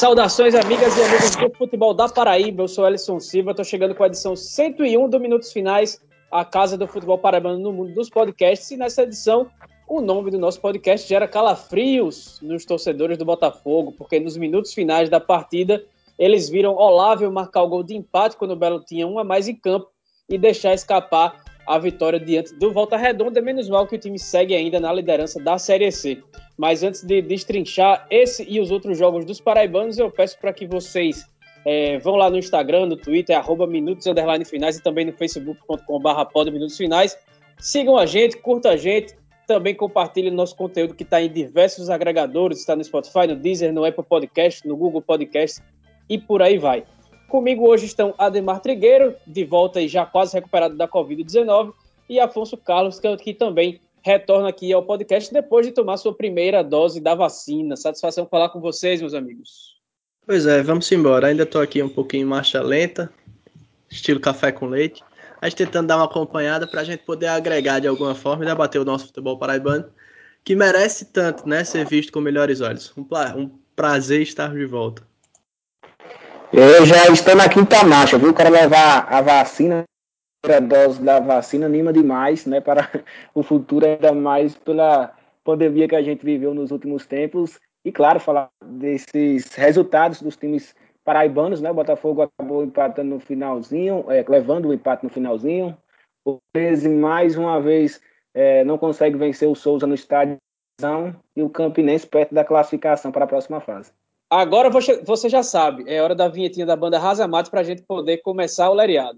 Saudações, amigas e amigos do futebol da Paraíba. Eu sou Ellison Silva, estou chegando com a edição 101 do Minutos Finais, a casa do futebol paraibano no mundo dos podcasts. E nessa edição, o nome do nosso podcast gera calafrios nos torcedores do Botafogo, porque nos minutos finais da partida, eles viram Olávio marcar o gol de empate quando o Belo tinha um a mais em campo e deixar escapar a vitória diante do Volta Redonda. Menos mal que o time segue ainda na liderança da Série C. Mas antes de destrinchar esse e os outros jogos dos paraibanos, eu peço para que vocês vão lá no Instagram, no Twitter, @minutos_finais e também no facebook.com/podminutosfinais. Sigam a gente, curtam a gente, também compartilhem o nosso conteúdo que está em diversos agregadores, está no Spotify, no Deezer, no Apple Podcast, no Google Podcast e por aí vai. Comigo hoje estão Ademar Trigueiro, de volta e já quase recuperado da Covid-19, e Afonso Carlos, que também retorna aqui ao podcast depois de tomar sua primeira dose da vacina. Satisfação falar com vocês, meus amigos. Pois é, vamos embora. Ainda estou aqui um pouquinho em marcha lenta, estilo café com leite. A gente tentando dar uma acompanhada para a gente poder agregar de alguma forma e debater o nosso futebol paraibano, que merece tanto, né, ser visto com melhores olhos. Um prazer estar de volta. Eu já estou na quinta marcha, viu? Quero levar a vacina, a dose da vacina anima demais, né? Para o futuro, ainda mais pela pandemia que a gente viveu nos últimos tempos. E, claro, falar desses resultados dos times paraibanos, né? O Botafogo acabou empatando no finalzinho, levando o empate no finalzinho. O 13, mais uma vez, não consegue vencer o Souza no estádio e o Campinense perto da classificação para a próxima fase. Agora você já sabe, é hora da vinhetinha da banda Rasa Matos para a gente poder começar o lereado.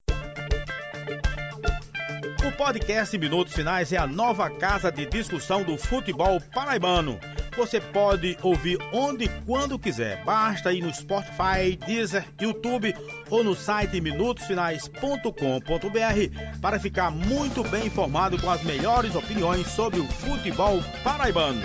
O podcast Minutos Finais é a nova casa de discussão do futebol paraibano. Você pode ouvir onde e quando quiser. Basta ir no Spotify, Deezer, YouTube ou no site minutosfinais.com.br para ficar muito bem informado com as melhores opiniões sobre o futebol paraibano.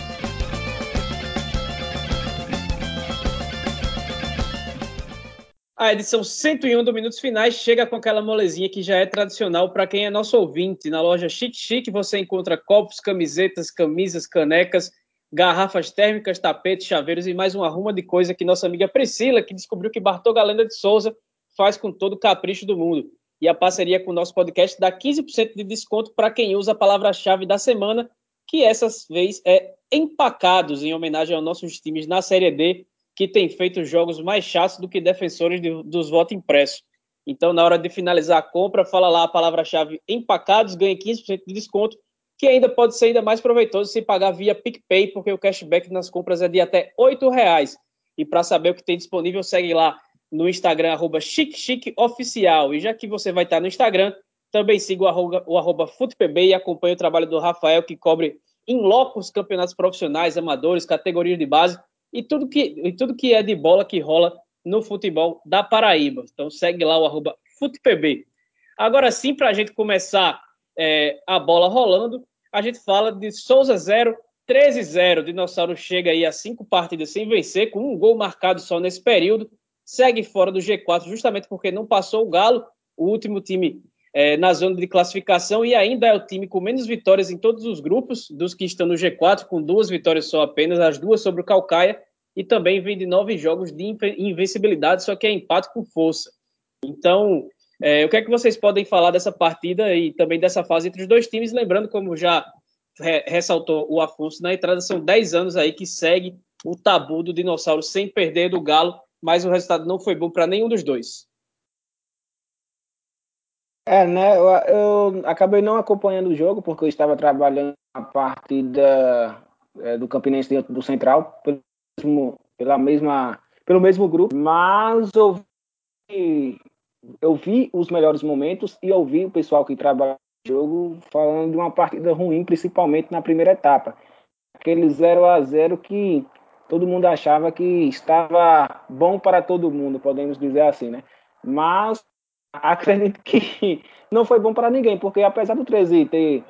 A edição 101 do Minutos Finais chega com aquela molezinha que já é tradicional para quem é nosso ouvinte. Na loja Chique Chique você encontra copos, camisetas, camisas, canecas, garrafas térmicas, tapetes, chaveiros e mais uma arruma de coisa que nossa amiga Priscila, que descobriu que Bartol Galenda de Souza faz com todo o capricho do mundo. E a parceria com o nosso podcast dá 15% de desconto para quem usa a palavra-chave da semana, que essa vez é empacados, em homenagem aos nossos times na Série D, que tem feito jogos mais chatos do que defensores dos votos impressos. Então, na hora de finalizar a compra, fala lá a palavra-chave empacados, ganha 15% de desconto, que ainda pode ser ainda mais proveitoso se pagar via PicPay, porque o cashback nas compras é de até R$8. E para saber o que tem disponível, segue lá no Instagram, @chiquechiqueoficial. E já que você vai estar no Instagram, também siga o @futepb e acompanhe o trabalho do Rafael, que cobre em loco os campeonatos profissionais, amadores, categorias de base, e tudo que é de bola que rola no futebol da Paraíba. Então segue lá o @futepb. Agora sim, para a gente começar a bola rolando, a gente fala de Souza 0, 13-0. Dinossauro chega aí a 5 partidas sem vencer, com um gol marcado só nesse período, segue fora do G4 justamente porque não passou o Galo, o último time na zona de classificação, e ainda é o time com menos vitórias em todos os grupos dos que estão no G4, com 2 vitórias só apenas, as 2 sobre o Caucaia, e também vem de 9 jogos de invencibilidade, só que é empate com força. Então, o que é que vocês podem falar dessa partida e também dessa fase entre os dois times? Lembrando, como já ressaltou o Afonso na entrada, são 10 anos aí que segue o tabu do Dinossauro sem perder do Galo, mas o resultado não foi bom para nenhum dos dois. Né? Eu acabei não acompanhando o jogo porque eu estava trabalhando a partida do Campinense dentro do Central pelo mesmo grupo, mas eu vi os melhores momentos e ouvi o pessoal que trabalha no jogo falando de uma partida ruim, principalmente na primeira etapa. Aquele 0-0 que todo mundo achava que estava bom para todo mundo, podemos dizer assim, né? Mas acredito que não foi bom para ninguém, porque apesar do 13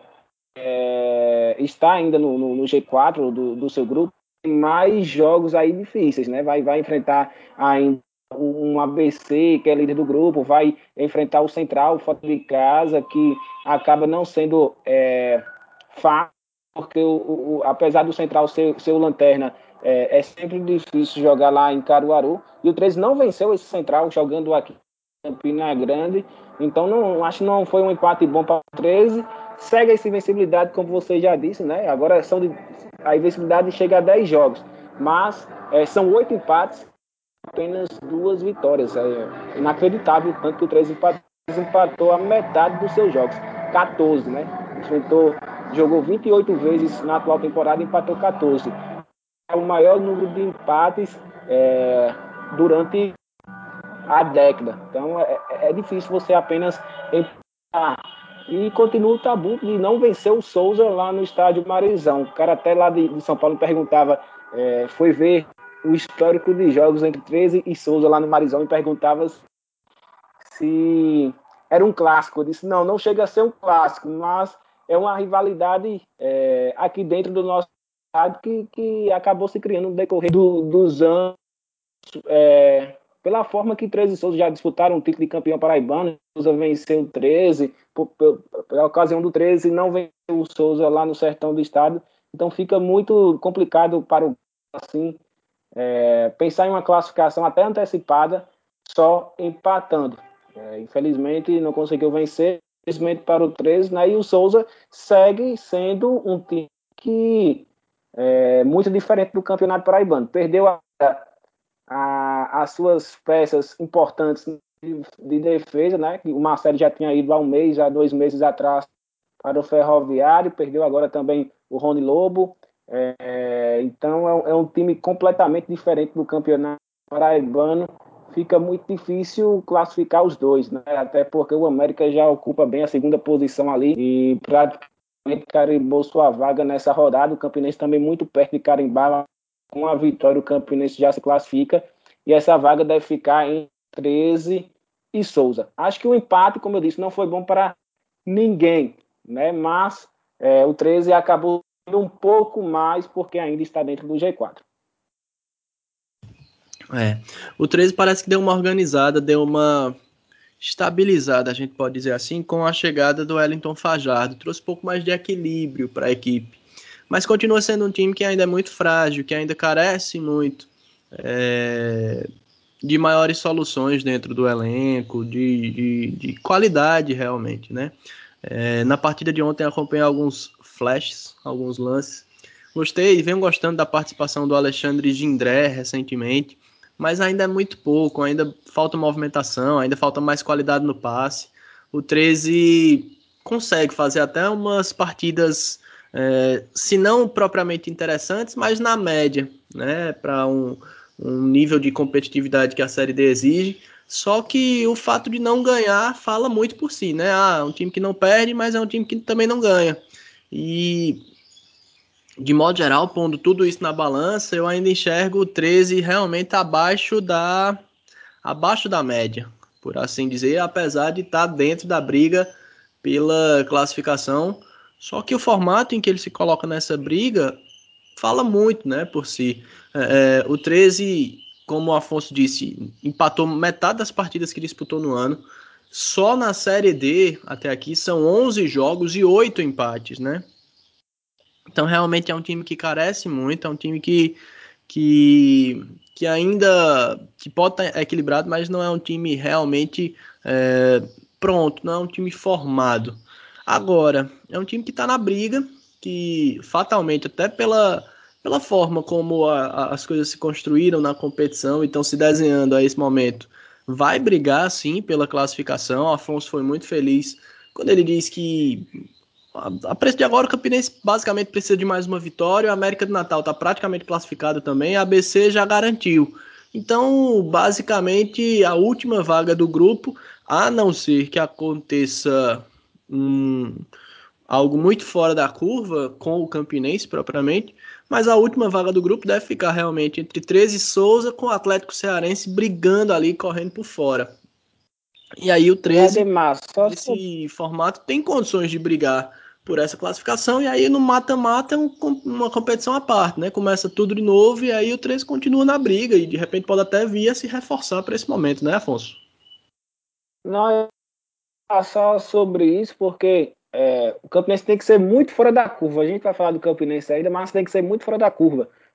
estar ainda no G4 do seu grupo, tem mais jogos aí difíceis, né? Vai enfrentar ainda um ABC, que é líder do grupo, vai enfrentar o Central fora de casa, que acaba não sendo fácil, porque apesar do Central ser o lanterna, É sempre difícil jogar lá em Caruaru. E o 13 não venceu esse Central jogando aqui em Campina Grande. Então, acho que não foi um empate bom para o 13. Segue essa invencibilidade, como você já disse, né? Agora a invencibilidade chega a 10 jogos. Mas são 8 empates, apenas 2 vitórias. É inacreditável, tanto que o 13 empatou a metade dos seus jogos. 14, né? Jogou 28 vezes na atual temporada e empatou 14. É o maior número de empates durante a década. Então é difícil você apenas empatar. E continua o tabu de não vencer o Souza lá no estádio Marizão. O cara até lá de São Paulo perguntava, foi ver o histórico de jogos entre 13 e Souza lá no Marizão e perguntava se era um clássico. Eu disse, não chega a ser um clássico, mas é uma rivalidade aqui dentro do nosso estado que acabou se criando no decorrer dos anos, pela forma que 13 e Souza já disputaram o título de campeão paraibano. Souza venceu o 13, pela ocasião do 13 não venceu o Souza lá no sertão do estado, então fica muito complicado para o assim, pensar em uma classificação até antecipada só empatando. Infelizmente não conseguiu vencer, infelizmente para o 13, né? E o Souza segue sendo um time que é muito diferente do Campeonato Paraibano. Perdeu as suas peças importantes de defesa, né? O Marcelo já tinha ido há um mês, há 2 meses atrás para o Ferroviário, perdeu agora também o Rony Lobo. Então é um time completamente diferente do Campeonato Paraibano. Fica muito difícil classificar os dois, né? Até porque o América já ocupa bem a segunda posição ali e praticamente carimbou sua vaga nessa rodada. O Campinense também muito perto de carimbar. Com a vitória, o Campinense já se classifica e essa vaga deve ficar em 13 e Souza. Acho que o empate, como eu disse, não foi bom para ninguém, né? Mas o 13 acabou um pouco mais porque ainda está dentro do G4. O 13 parece que deu uma organizada, deu uma estabilizada, a gente pode dizer assim, com a chegada do Wellington Fajardo. Trouxe um pouco mais de equilíbrio para a equipe. Mas continua sendo um time que ainda é muito frágil, que ainda carece muito de maiores soluções dentro do elenco, de qualidade realmente, né? Na partida de ontem acompanhei alguns flashes, alguns lances. Gostei, venho gostando da participação do Alexandre Gindré recentemente, mas ainda é muito pouco, ainda falta movimentação, ainda falta mais qualidade no passe. O 13 consegue fazer até umas partidas, se não propriamente interessantes, mas na média, né, para um nível de competitividade que a Série D exige. Só que o fato de não ganhar fala muito por si, né? Um time que não perde, mas é um time que também não ganha. E de modo geral, pondo tudo isso na balança, eu ainda enxergo o 13 realmente abaixo da média, por assim dizer, apesar de estar dentro da briga pela classificação. Só que o formato em que ele se coloca nessa briga fala muito, né, por si. O 13, como o Afonso disse, empatou metade das partidas que disputou no ano. Só na Série D, até aqui, são 11 jogos e 8 empates, né? Então, realmente é um time que carece muito, é um time que ainda que pode estar equilibrado, mas não é um time realmente pronto, não é um time formado. Agora, é um time que está na briga, que fatalmente, até pela forma como as coisas se construíram na competição e estão se desenhando a esse momento, vai brigar sim pela classificação. O Afonso foi muito feliz quando ele disse que a preço de agora o Campinense basicamente precisa de mais uma vitória, o América do Natal está praticamente classificado também, a ABC já garantiu. Então, basicamente, a última vaga do grupo, a não ser que aconteça algo muito fora da curva com o Campinense propriamente, mas a última vaga do grupo deve ficar realmente entre 13 e Souza, com o Atlético Cearense brigando ali, correndo por fora. E aí o 13, nesse formato, tem condições de brigar por essa classificação, e aí no mata-mata é uma competição à parte, né? Começa tudo de novo e aí o 13 continua na briga e de repente pode até vir a se reforçar para esse momento, né, Afonso? Não é só sobre isso, porque o Campinense tem que ser muito fora da curva. A gente vai falar do Campinense ainda, mas tem que ser muito fora da curva.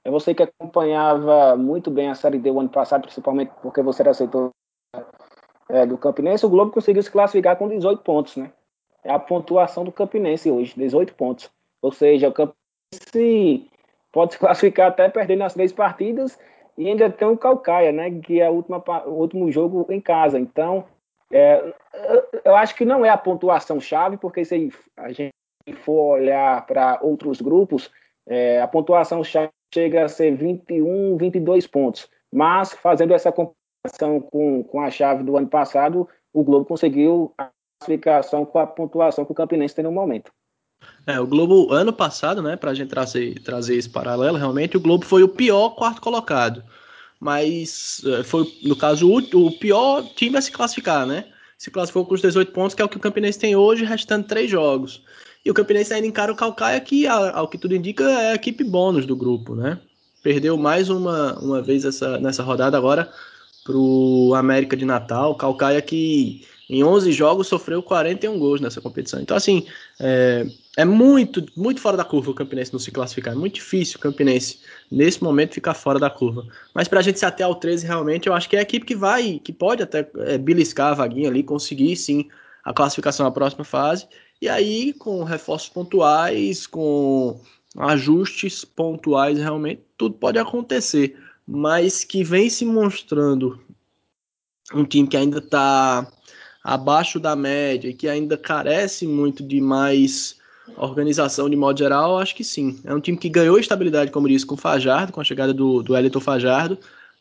É você que acompanhava muito bem a Série D o ano passado, principalmente porque você era setor do Campinense. O Globo conseguiu se classificar com 18 pontos, né? É a pontuação do Campinense hoje, 18 pontos. Ou seja, o Campinense pode se classificar até perdendo as 3 partidas e ainda tem o Caucaia, né? Que é o último jogo em casa. Então, eu acho que não é a pontuação-chave, porque se a gente for olhar para outros grupos, a pontuação-chave chega a ser 21, 22 pontos. Mas, fazendo essa comparação com a chave do ano passado, o Globo conseguiu a classificação com a pontuação que o Campinense tem no momento. O Globo, ano passado, né, pra gente trazer esse paralelo, realmente, o Globo foi o pior quarto colocado. Mas foi, no caso, o pior time a se classificar, né? Se classificou com os 18 pontos, que é o que o Campinense tem hoje, restando 3 jogos. E o Campinense ainda encara o Caucaia, que, ao que tudo indica, é a equipe bônus do grupo, né? Perdeu mais uma vez nessa rodada agora pro América de Natal. Caucaia que em 11 jogos sofreu 41 gols nessa competição. Então, assim, é muito, muito fora da curva o Campinense não se classificar. É muito difícil o Campinense, nesse momento, ficar fora da curva. Mas pra gente se até ao 13, realmente, eu acho que é a equipe que pode até beliscar a vaguinha ali, conseguir, sim, a classificação à próxima fase. E aí, com reforços pontuais, com ajustes pontuais, realmente, tudo pode acontecer. Mas que vem se mostrando um time que ainda está abaixo da média e que ainda carece muito de mais organização de modo geral, acho que sim. É um time que ganhou estabilidade, como disse, com o Fajardo, com a chegada do Wellington Fajardo,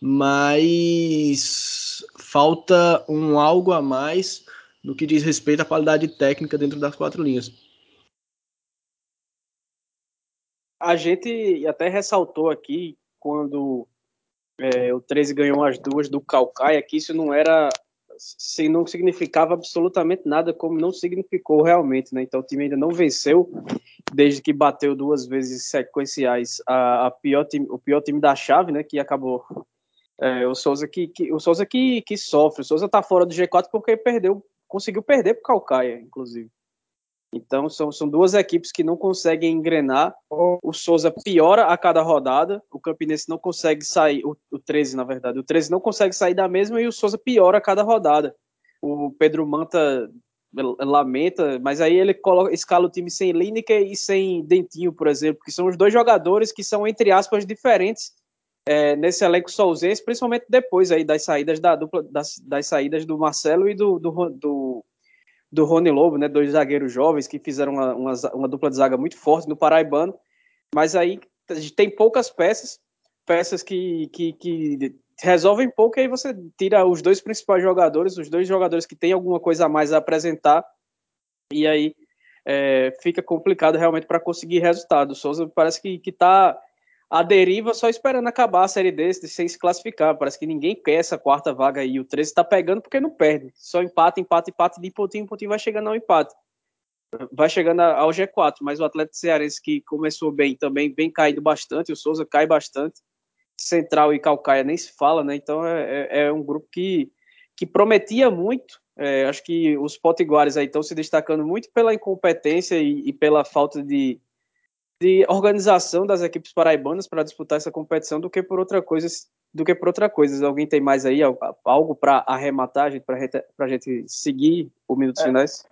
mas falta um algo a mais no que diz respeito à qualidade técnica dentro das 4 linhas. A gente até ressaltou aqui, quando o 13 ganhou as 2 do Caucaia, que isso não significava absolutamente nada, como não significou realmente, né? Então o time ainda não venceu, desde que bateu 2 vezes sequenciais o pior time da chave, né? Que acabou o Souza que sofre. O Souza tá fora do G4 porque conseguiu perder pro Caucaia, inclusive. Então, são 2 equipes que não conseguem engrenar. O Souza piora a cada rodada. O Campinense não consegue sair. O 13, na verdade. O 13 não consegue sair da mesma e o Souza piora a cada rodada. O Pedro Manta lamenta, mas aí ele escala o time sem Lineker e sem Dentinho, por exemplo, que são os 2 jogadores que são, entre aspas, diferentes nesse elenco souzense, principalmente depois aí das saídas da dupla, das saídas do Marcelo e do Rony Lobo, né, 2 zagueiros jovens que fizeram uma dupla de zaga muito forte no Paraibano, mas aí tem poucas peças que resolvem pouco, e aí você tira os 2 principais jogadores, os 2 jogadores que têm alguma coisa a mais a apresentar, e aí fica complicado realmente para conseguir resultado. O Souza parece que está à deriva, só esperando acabar a Série D sem se classificar. Parece que ninguém quer essa 4ª vaga aí. O 13 está pegando porque não perde. Só empata, de pontinho em pontinho vai chegando ao empate. Vai chegando ao G4, mas o Atlético Cearense, que começou bem, também vem caindo bastante. O Souza cai bastante. Central e Caucaia nem se fala, né? Então é um grupo que prometia muito. Acho que os potiguares aí estão se destacando muito pela incompetência e pela falta de organização das equipes paraibanas para disputar essa competição do que por outra coisa. Alguém tem mais aí algo para arrematar, para a gente seguir os minutos finais?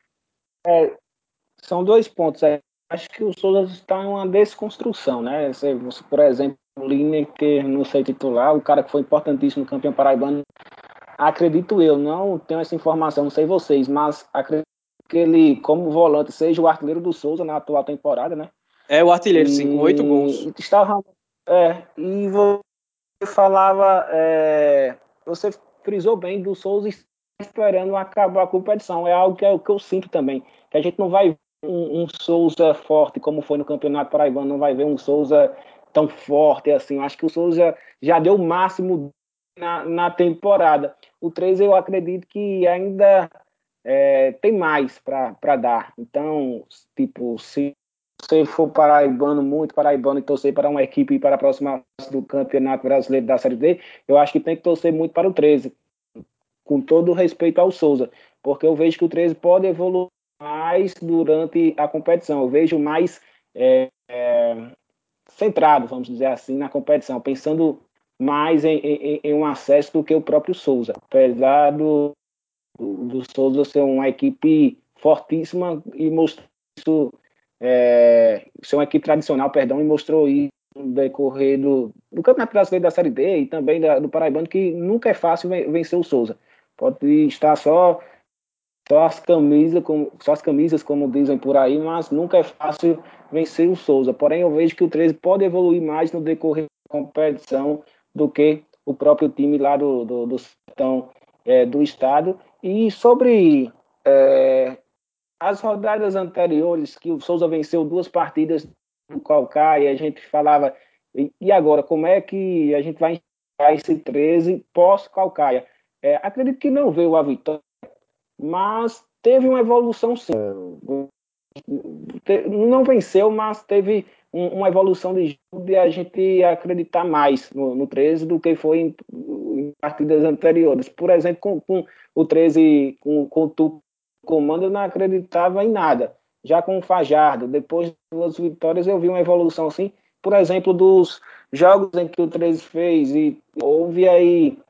São 2 pontos. Acho que o Souza está em uma desconstrução, né? Você, por exemplo, o Lineker não sei titular, o cara que foi importantíssimo no campeão paraibano, acredito eu, não tenho essa informação, não sei vocês, mas acredito que ele, como volante, seja o artilheiro do Souza na atual temporada, né? É o artilheiro, sim, com 8 gols. E você falava, você frisou bem do Souza esperando acabar a competição. É algo que eu sinto também, que a gente não vai ver um Souza forte como foi no Campeonato Paraibano, não vai ver um Souza tão forte assim. Eu acho que o Souza já deu o máximo na temporada. O 3 eu acredito que ainda tem mais para dar. Então, tipo, se você for paraibano, muito paraibano, e torcer para uma equipe para a próxima fase do Campeonato Brasileiro da Série D, eu acho que tem que torcer muito para o 13, com todo o respeito ao Souza, porque eu vejo que o 13 pode evoluir mais durante a competição. Eu vejo mais centrado, vamos dizer assim, na competição, pensando mais em um acesso do que o próprio Souza. Apesar do Souza ser uma equipe fortíssima e mostrou isso, ser uma equipe tradicional, perdão, e mostrou isso no decorrer do Campeonato Brasileiro da Série D e também do Paraibano, que nunca é fácil vencer o Souza. Pode estar só as camisas, como dizem por aí, mas nunca é fácil vencer o Souza. Porém, eu vejo que o 13 pode evoluir mais no decorrer da competição do que o próprio time lá do sertão do estado. E sobre as rodadas anteriores, que o Souza venceu 2 partidas no Calcaia, a gente falava, e agora, como é que a gente vai enxergar esse 13 pós-Calcaia? Acredito que não veio a vitória, mas teve uma evolução sim. Não venceu, mas teve uma evolução de jogo de a gente acreditar mais no 13 do que foi em partidas anteriores. Por exemplo, com o 13, com o Tuco comando, eu não acreditava em nada. Já com o Fajardo, depois de 2 vitórias, eu vi uma evolução sim. Por exemplo, dos jogos em que o 13 fez, e houve aí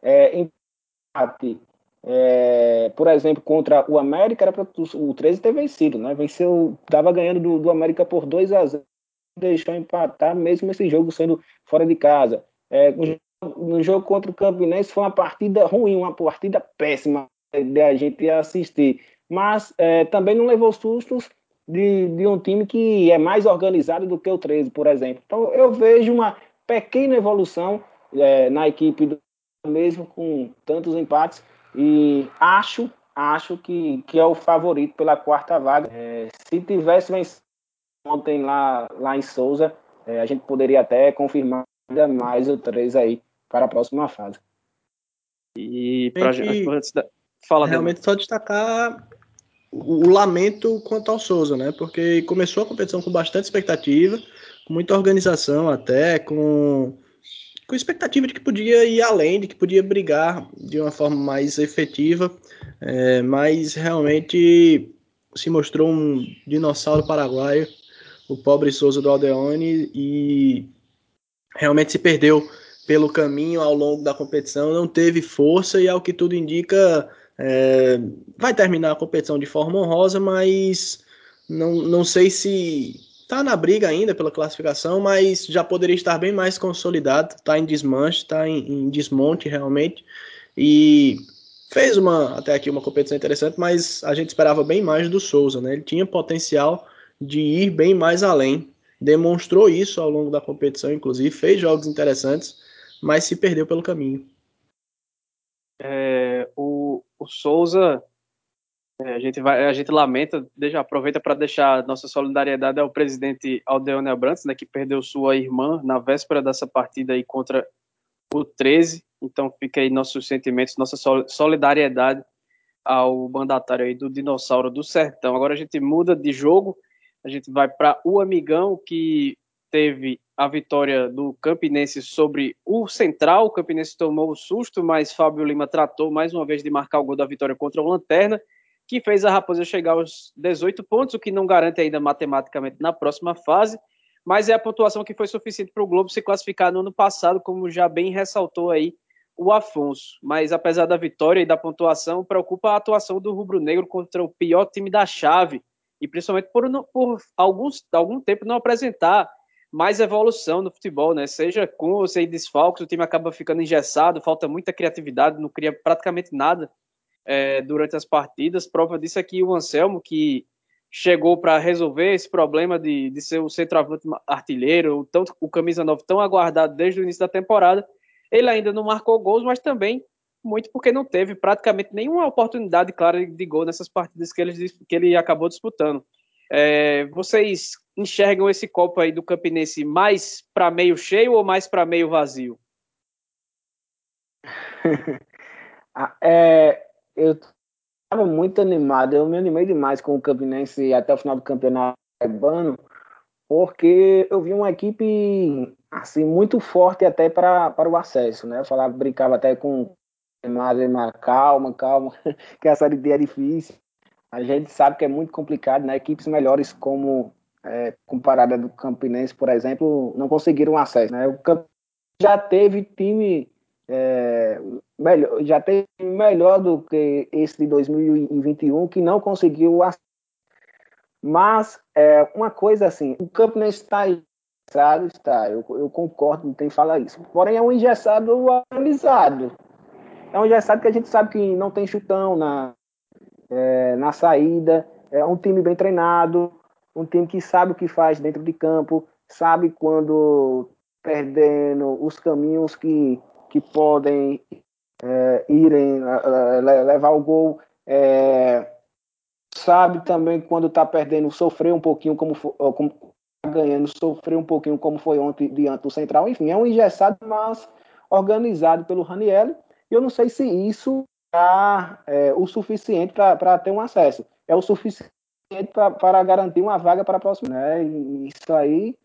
empate. Por exemplo, contra o América, era para o 13 ter vencido, né? Venceu, estava ganhando do América por 2-0, deixou empatar, mesmo esse jogo sendo fora de casa. No jogo contra o Campinense foi uma partida ruim, uma partida péssima de a gente assistir. Mas também não levou sustos de um time que é mais organizado do que o 13, por exemplo. Então eu vejo uma pequena evolução na equipe mesmo com tantos empates, e acho que é o favorito pela 4ª vaga. Se tivesse vencido ontem lá em Souza, a gente poderia até confirmar ainda mais o 3 aí para a próxima fase. E fala, realmente só destacar o lamento quanto ao Souza, né? Porque começou a competição com bastante expectativa, com muita organização até, com expectativa de que podia ir além, de que podia brigar de uma forma mais efetiva, mas realmente se mostrou um dinossauro paraguaio, o pobre Souza do Aldeone, e realmente se perdeu pelo caminho ao longo da competição, não teve força e, ao que tudo indica, vai terminar a competição de forma honrosa, mas não sei se está na briga ainda pela classificação, mas já poderia estar bem mais consolidado, está em desmanche, está em desmonte realmente, e fez até aqui uma competição interessante, mas a gente esperava bem mais do Souza, né? Ele tinha potencial de ir bem mais além, demonstrou isso ao longo da competição, inclusive, fez jogos interessantes, mas se perdeu pelo caminho. O Souza, a gente lamenta, aproveita para deixar nossa solidariedade ao presidente Aldeone Abrantes, né, que perdeu sua irmã na véspera dessa partida aí contra o 13, então fica aí nossos sentimentos, nossa solidariedade ao mandatário aí do Dinossauro do Sertão. Agora a gente muda de jogo, a gente vai para o Amigão, que teve a vitória do Campinense sobre o Central. O Campinense tomou o susto, mas Fábio Lima tratou mais uma vez de marcar o gol da vitória contra o Lanterna, que fez a Raposa chegar aos 18 pontos, o que não garante ainda matematicamente na próxima fase, mas é a pontuação que foi suficiente para o Globo se classificar no ano passado, como já bem ressaltou aí o Afonso. Mas apesar da vitória e da pontuação, preocupa a atuação do rubro-negro contra o pior time da chave, e principalmente por algum tempo não apresentar mais evolução no futebol, né? Seja com ou sem desfalques, o time acaba ficando engessado, falta muita criatividade, não cria praticamente nada durante as partidas. Prova disso aqui o Anselmo, que chegou para resolver esse problema de ser o centroavante artilheiro, tanto o camisa 9 tão aguardado desde o início da temporada. Ele ainda não marcou gols, mas também muito porque não teve praticamente nenhuma oportunidade clara de gol nessas partidas que ele acabou disputando. Vocês enxergam esse copo aí do Campinense mais para meio cheio ou mais para meio vazio? Eu estava muito animado, eu me animei demais com o Campinense até o final do campeonato paraibano, porque eu vi uma equipe assim muito forte até para o acesso, né? Eu brincava até com mas calma, que a Série D é difícil. A gente sabe que é muito complicado, né? Equipes melhores como comparada do Campinense, por exemplo, não conseguiram acesso, né? O Campinense já teve time melhor do que esse de 2021, que não conseguiu acesso. Mas uma coisa assim, o Campinense está eu concordo, não tem que falar isso. Porém, é um engessado organizado. É um engessado que a gente sabe que não tem chutão na saída. É um time bem treinado, um time que sabe o que faz dentro de campo, sabe quando perdendo os caminhos que podem irem levar o gol. Sabe também quando está perdendo, sofrer um pouquinho como ganhando, sofrer um pouquinho como foi ontem diante do Central. Enfim, é um engessado, mas organizado pelo Ranieri. E eu não sei se isso o suficiente para ter um acesso. É o suficiente para garantir uma vaga para a próxima. Né? E isso aí,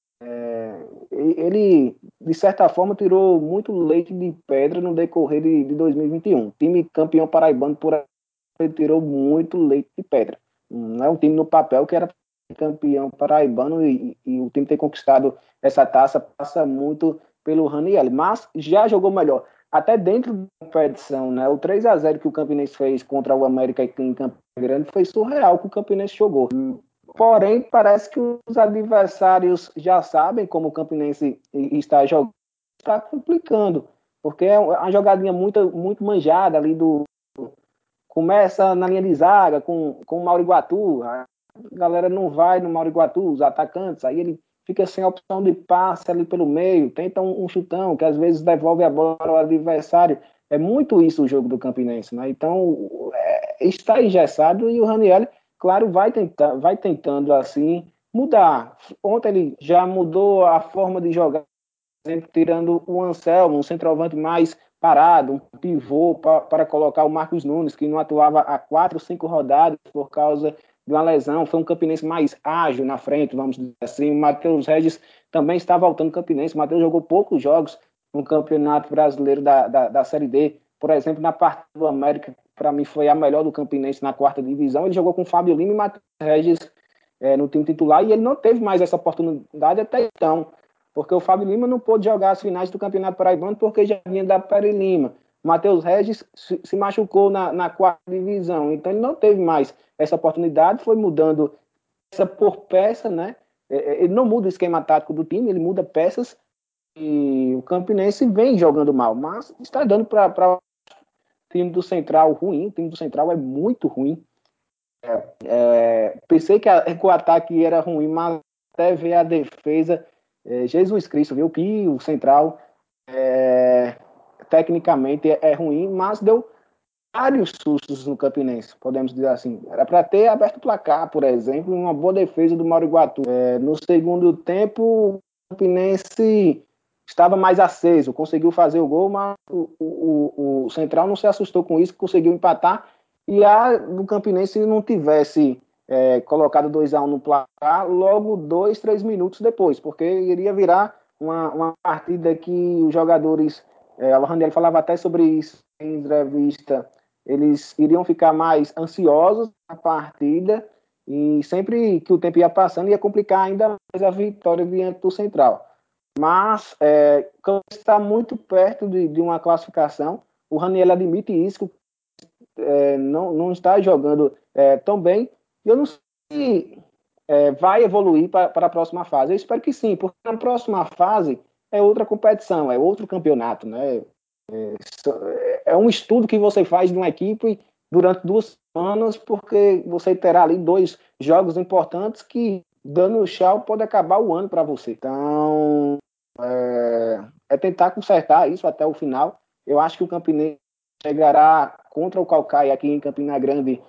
ele, de certa forma, tirou muito leite de pedra no decorrer de 2021. Time campeão paraibano, ele tirou muito leite de pedra. Não é um time no papel que era campeão paraibano e o time ter conquistado essa taça passa muito pelo Ranieri, mas já jogou melhor. Até dentro da competição, né? O 3-0 que o Campinense fez contra o América em Campo Grande foi surreal que o Campinense jogou. Porém, parece que os adversários já sabem como o Campinense está jogando, está complicando, porque é uma jogadinha muito manjada ali começa na linha de zaga com o Mauro Iguatu, a galera não vai no Mauro Iguatu, os atacantes, aí ele fica sem opção de passe ali pelo meio, tenta um chutão, que às vezes devolve a bola ao adversário. É muito isso o jogo do Campinense, né? Então, está engessado e o Ranieri, claro, vai tentando assim mudar. Ontem ele já mudou a forma de jogar, por exemplo, tirando o Anselmo, um centroavante mais parado, um pivô para colocar o Marcos Nunes, que não atuava há 4, 5 rodadas por causa de uma lesão. Foi um Campinense mais ágil na frente, vamos dizer assim. O Matheus Regis também está voltando ao Campinense. O Matheus jogou poucos jogos no Campeonato Brasileiro da Série D. Por exemplo, na partida do América, para mim foi a melhor do Campinense na 4ª divisão. Ele jogou com o Fábio Lima e Matheus Regis no time titular, e ele não teve mais essa oportunidade até então, porque o Fábio Lima não pôde jogar as finais do Campeonato Paraibano porque já vinha da Pere Lima. Matheus Regis se machucou na 4ª divisão, então ele não teve mais essa oportunidade, foi mudando peça por peça, né? Ele não muda o esquema tático do time, ele muda peças, e o Campinense vem jogando mal, mas está dando para o time do Central ruim. O time do Central é muito ruim. Pensei que o ataque era ruim, mas até ver a defesa, Jesus Cristo, viu que o Central tecnicamente é ruim, mas deu vários sustos no Campinense, podemos dizer assim. Era para ter aberto o placar, por exemplo, uma boa defesa do Mauro Iguatu. No segundo tempo, o Campinense estava mais aceso, conseguiu fazer o gol, mas o Central não se assustou com isso, conseguiu empatar. E do Campinense não tivesse colocado 2-1 no placar logo 2, 3 minutos depois, porque iria virar uma partida que os jogadores, o Ranieri falava até sobre isso em entrevista, eles iriam ficar mais ansiosos na partida e sempre que o tempo ia passando ia complicar ainda mais a vitória diante do Central. Mas está muito perto de uma classificação. O Ranieri admite isso, não está jogando tão bem. Eu não sei se vai evoluir para a próxima fase. Eu espero que sim, porque na próxima fase é outra competição, é outro campeonato, né? É um estudo que você faz de uma equipe durante 2 semanas, porque você terá ali 2 jogos importantes que, dando tchau, pode acabar o ano para você. Então, tentar consertar isso até o final. Eu acho que o Campinense chegará contra o Caucaia aqui em Campina Grande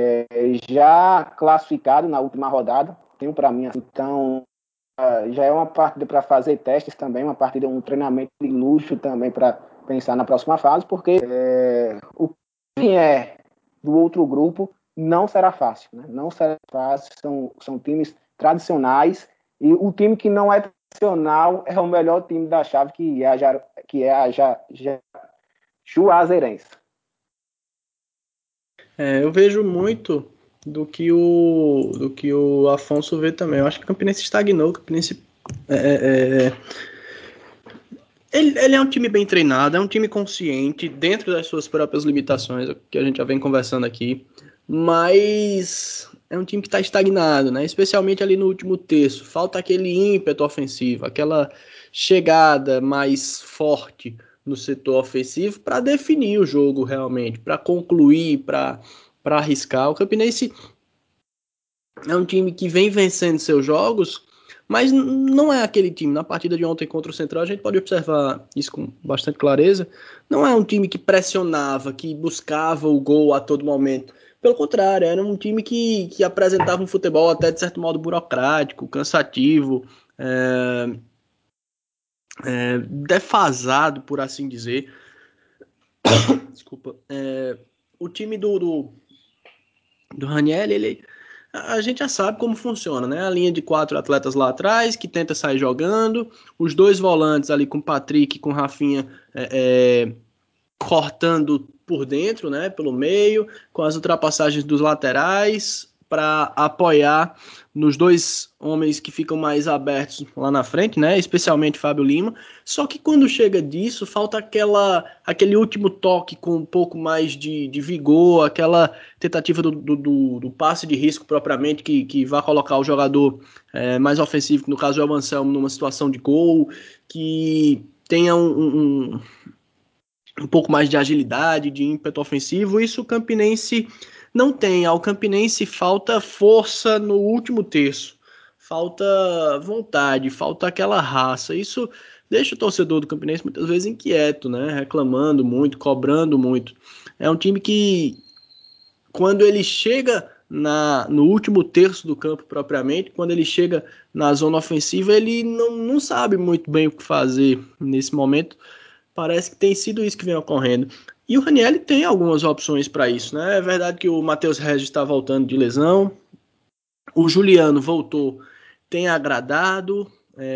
já classificado na última rodada. Tenho para mim. Então, já é uma partida para fazer testes também, uma partida, um treinamento de luxo também para pensar na próxima fase, porque o que é do outro grupo não será fácil, né? Não será fácil, são times tradicionais, e o time que não é tradicional é o melhor time da chave, que é a Juazeirense. Eu vejo muito do que o Afonso vê também. Eu acho que o Campinense estagnou, o Campinense ele é um time bem treinado, é um time consciente dentro das suas próprias limitações, que a gente já vem conversando aqui, mas é um time que está estagnado, né? Especialmente ali no último terço. Falta aquele ímpeto ofensivo, aquela chegada mais forte no setor ofensivo para definir o jogo realmente, para concluir, para arriscar. O Campinense é um time que vem vencendo seus jogos, mas não é aquele time. Na partida de ontem contra o Central, a gente pode observar isso com bastante clareza. Não é um time que pressionava, que buscava o gol a todo momento. Pelo contrário, era um time que apresentava um futebol até de certo modo burocrático, cansativo, defasado, por assim dizer. Desculpa. O time do Raniel, a gente já sabe como funciona, né? A linha de 4 atletas lá atrás, que tenta sair jogando, os dois volantes ali com o Patrick e com o Rafinha cortando por dentro, né? Pelo meio, com as ultrapassagens dos laterais, para apoiar nos dois homens que ficam mais abertos lá na frente, né? Especialmente Fábio Lima. Só que quando chega disso, falta aquele último toque com um pouco mais de vigor, aquela tentativa do passe de risco propriamente, que vai colocar o jogador mais ofensivo, que no caso é o Anselmo, numa situação de gol, que tenha um pouco mais de agilidade, de ímpeto ofensivo. Isso o Campinense não tem. Ao Campinense falta força no último terço, falta vontade, falta aquela raça. Isso deixa o torcedor do Campinense muitas vezes inquieto, né? Reclamando muito, cobrando muito. É um time que, quando ele chega no último terço do campo propriamente, quando ele chega na zona ofensiva, ele não sabe muito bem o que fazer nesse momento. Parece que tem sido isso que vem ocorrendo. E o Raniel tem algumas opções para isso, né? É verdade que o Matheus Regis está voltando de lesão, o Juliano voltou, tem agradado,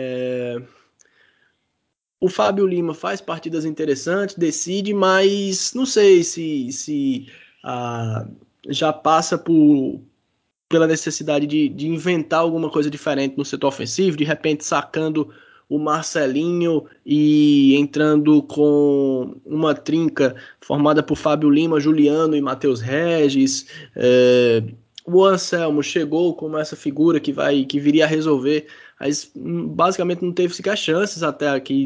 o Fábio Lima faz partidas interessantes, decide, mas não sei se já passa pela necessidade de inventar alguma coisa diferente no setor ofensivo, de repente sacando o Marcelinho e entrando com uma trinca formada por Fábio Lima, Juliano e Matheus Regis. O Anselmo chegou como essa figura que viria a resolver, mas basicamente não teve sequer chances até aqui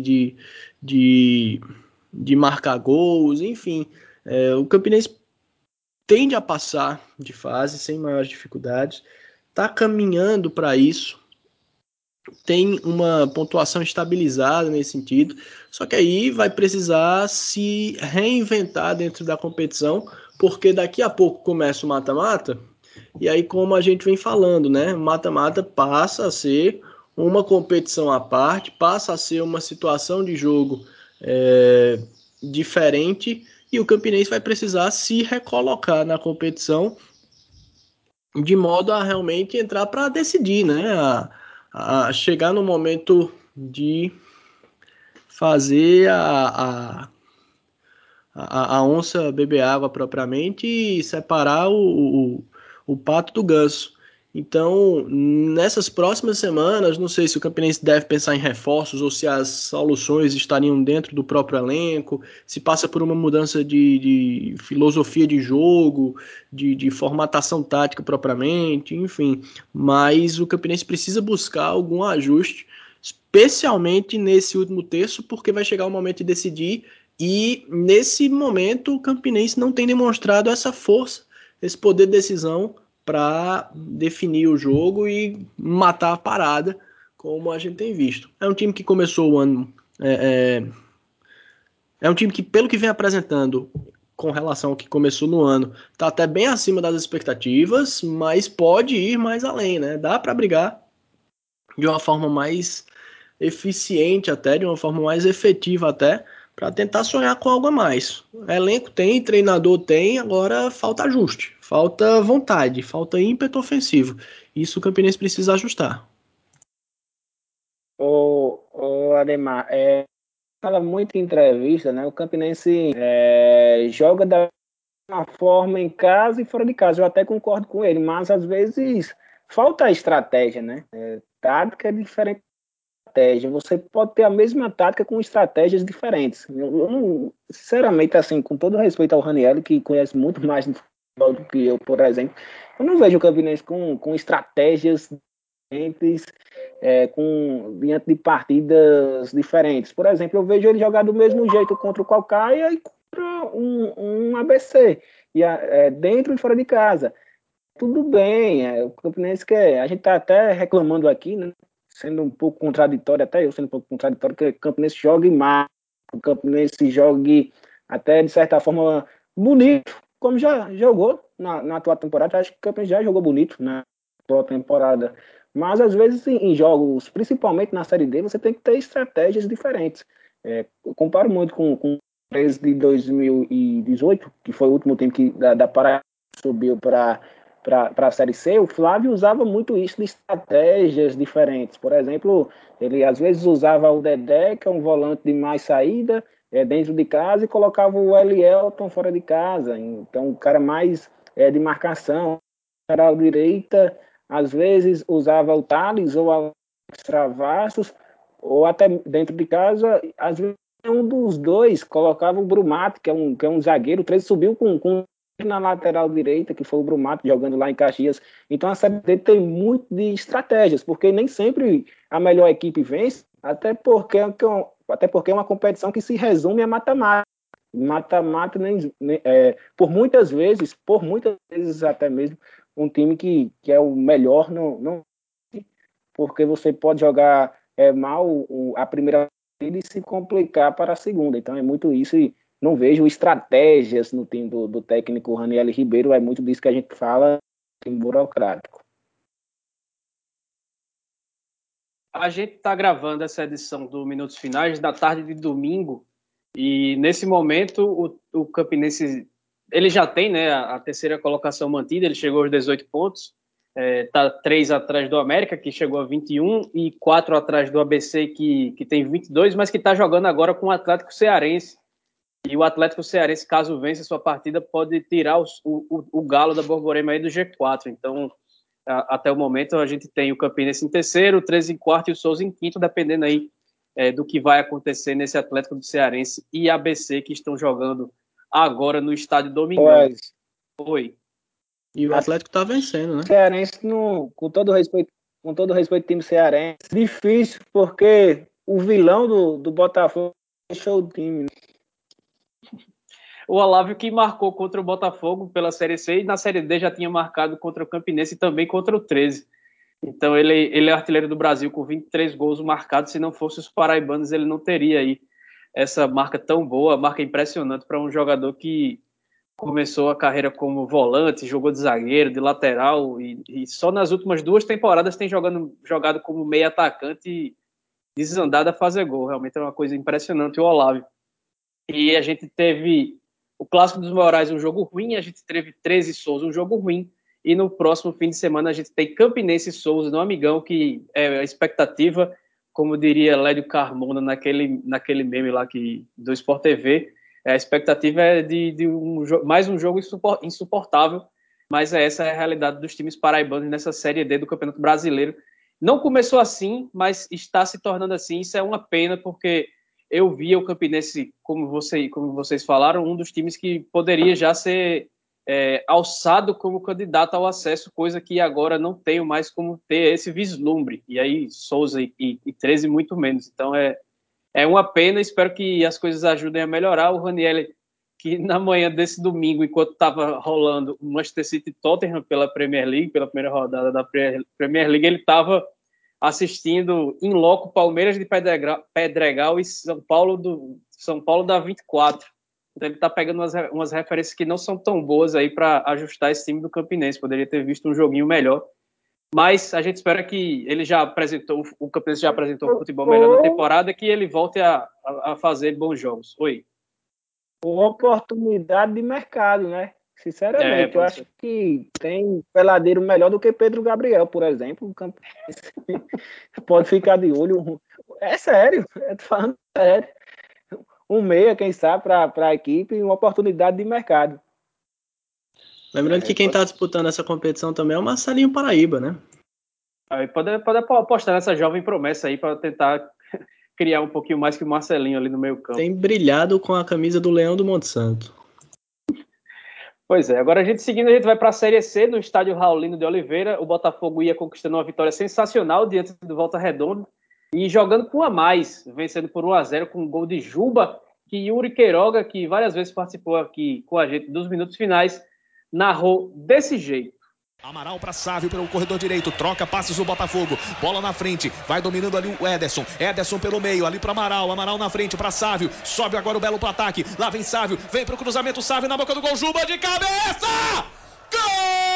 de marcar gols, enfim. O Campinense tende a passar de fase sem maiores dificuldades, está caminhando para isso, tem uma pontuação estabilizada nesse sentido, só que aí vai precisar se reinventar dentro da competição, porque daqui a pouco começa o mata-mata, e aí, como a gente vem falando, né, mata-mata passa a ser uma competição à parte, passa a ser uma situação de jogo diferente, e o Campinense vai precisar se recolocar na competição de modo a realmente entrar para decidir, né? A chegar no momento de fazer a onça beber água propriamente e separar o pato do ganso. Então, nessas próximas semanas, não sei se o Campinense deve pensar em reforços ou se as soluções estariam dentro do próprio elenco, se passa por uma mudança de filosofia de jogo, de formatação tática propriamente, enfim. Mas o Campinense precisa buscar algum ajuste, especialmente nesse último terço, porque vai chegar o momento de decidir e nesse momento o Campinense não tem demonstrado essa força, esse poder de decisão para definir o jogo e matar a parada, como a gente tem visto. É um time que começou o ano. É um time que, pelo que vem apresentando com relação ao que começou no ano, está até bem acima das expectativas, mas pode ir mais além, né? Dá para brigar de uma forma mais eficiente até, de uma forma mais efetiva até, para tentar sonhar com algo a mais. Elenco tem, treinador tem, agora falta ajuste, falta vontade, falta ímpeto ofensivo. Isso o Campinense precisa ajustar. O Ademar, fala muito em entrevista, né? O Campinense joga da uma forma em casa e fora de casa. Eu até concordo com ele, mas às vezes falta a estratégia, né? Tática é diferente da estratégia. Você pode ter a mesma tática com estratégias diferentes. Eu não, sinceramente, assim, com todo respeito ao Raniel, que conhece muito mais de futebol do que eu, por exemplo, eu não vejo o Campinense com estratégias diferentes, diante de partidas diferentes. Por exemplo, eu vejo ele jogar do mesmo jeito contra o Calcaia e contra um ABC, dentro e fora de casa. Tudo bem, o Campinense quer. A gente está até reclamando aqui, né? Sendo um pouco contraditório, até eu sendo um pouco contraditório, que o Campinense jogue mais, o Campinense jogue até, de certa forma, bonito, como já jogou na atual temporada. Acho que o Campinense já jogou bonito na atual temporada. Mas, às vezes, em jogos, principalmente na Série D, você tem que ter estratégias diferentes. Eu comparo muito com o 13 de 2018, que foi o último time da Paraíba subiu para a Série C. O Flávio usava muito isso de estratégias diferentes. Por exemplo, ele às vezes usava o Dedé, que é um volante de mais saída, dentro de casa, e colocava o Elielton fora de casa. Então, o cara mais de marcação. Lateral direita, às vezes usava o Thales ou Alex Travassos, ou até dentro de casa, às vezes um dos dois colocava o Brumato, que é um zagueiro. O 13 subiu com na lateral direita, que foi o Brumato, jogando lá em Caxias. Então a Série D tem muito de estratégias, porque nem sempre a melhor equipe vence, até porque é uma competição que se resume a mata-mata. Mata-mata, por muitas vezes até mesmo, um time que é o melhor, não, porque você pode jogar mal a primeira partida e se complicar para a segunda. Então é muito isso, e não vejo estratégias no time do técnico Raniel Ribeiro. É muito disso que a gente fala, time burocrático. A gente está gravando essa edição do Minutos Finais da tarde de domingo e nesse momento o Campinense ele já tem, né, a terceira colocação mantida. Ele chegou aos 18 pontos, está 3 atrás do América, que chegou a 21, e 4 atrás do ABC, que tem 22, mas que está jogando agora com o Atlético Cearense. E o Atlético Cearense, caso vença sua partida, pode tirar o Galo da Borborema aí do G4. Então, até o momento, a gente tem o Campinense em terceiro, o 13 em quarto e o Souza em quinto, dependendo aí do que vai acontecer nesse Atlético do Cearense e ABC, que estão jogando agora no estádio Domingão. Oi. E o Atlético tá vencendo, né? Cearense, com todo respeito ao time cearense, difícil, porque o vilão do Botafogo deixou o time, né? O Olávio, que marcou contra o Botafogo pela Série C, e na Série D já tinha marcado contra o Campinense e também contra o 13. Então ele é artilheiro do Brasil com 23 gols marcados. Se não fosse os paraibanos, ele não teria aí essa marca tão boa, marca impressionante para um jogador que começou a carreira como volante, jogou de zagueiro, de lateral, e só nas últimas 2 temporadas tem jogado como meio atacante e desandado a fazer gol. Realmente é uma coisa impressionante o Olávio. E a gente teve o Clássico dos Morais, um jogo ruim, a gente teve 13 Souza, um jogo ruim, e no próximo fim de semana a gente tem Campinense e Souza no Amigão, que é a expectativa, como diria Lédio Carmona naquele meme lá do Sport TV, a expectativa é de mais um jogo insuportável, mas essa é a realidade dos times paraibanos nessa Série D do Campeonato Brasileiro. Não começou assim, mas está se tornando assim. Isso é uma pena, porque eu via o Campinense, como vocês falaram, um dos times que poderia já ser alçado como candidato ao acesso, coisa que agora não tenho mais como ter esse vislumbre. E aí Souza e 13 muito menos. Então é uma pena, espero que as coisas ajudem a melhorar. O Raniel, que na manhã desse domingo, enquanto estava rolando o Manchester City e Tottenham pela Premier League, pela primeira rodada da Premier League, ele estava assistindo em loco Palmeiras de Pedregal e São Paulo da 24. Então ele está pegando umas referências que não são tão boas aí para ajustar esse time do Campinense. Poderia ter visto um joguinho melhor. Mas a gente espera que ele já apresentou, o Campinense já apresentou um futebol melhor na temporada, que ele volte a fazer bons jogos. Oi. Oportunidade de mercado, né? Sinceramente, eu acho Ser. que tem peladeiro melhor do que Pedro Gabriel, por exemplo. O Campinense pode ficar de olho. É sério, tô falando sério. Um meia, quem sabe, para a equipe, uma oportunidade de mercado. Lembrando que quem está disputando essa competição também é o Marcelinho Paraíba, né? Aí pode apostar nessa jovem promessa aí para tentar criar um pouquinho mais que o Marcelinho ali no meio campo. Tem brilhado com a camisa do Leão do Monte Santo. Pois é, agora a gente vai para a Série C no estádio Raulino de Oliveira. O Botafogo ia conquistando uma vitória sensacional diante do Volta Redonda e jogando com a mais, vencendo por 1-0 com um gol de Juba, que Yuri Queiroga, que várias vezes participou aqui com a gente dos minutos finais, narrou desse jeito. Amaral para Sávio pelo corredor direito, troca passes do Botafogo, bola na frente, vai dominando ali o Ederson pelo meio, ali para Amaral na frente para Sávio, sobe agora o Belo pro ataque, lá vem Sávio, vem pro cruzamento, Sávio na boca do gol, Juba de cabeça! Gol!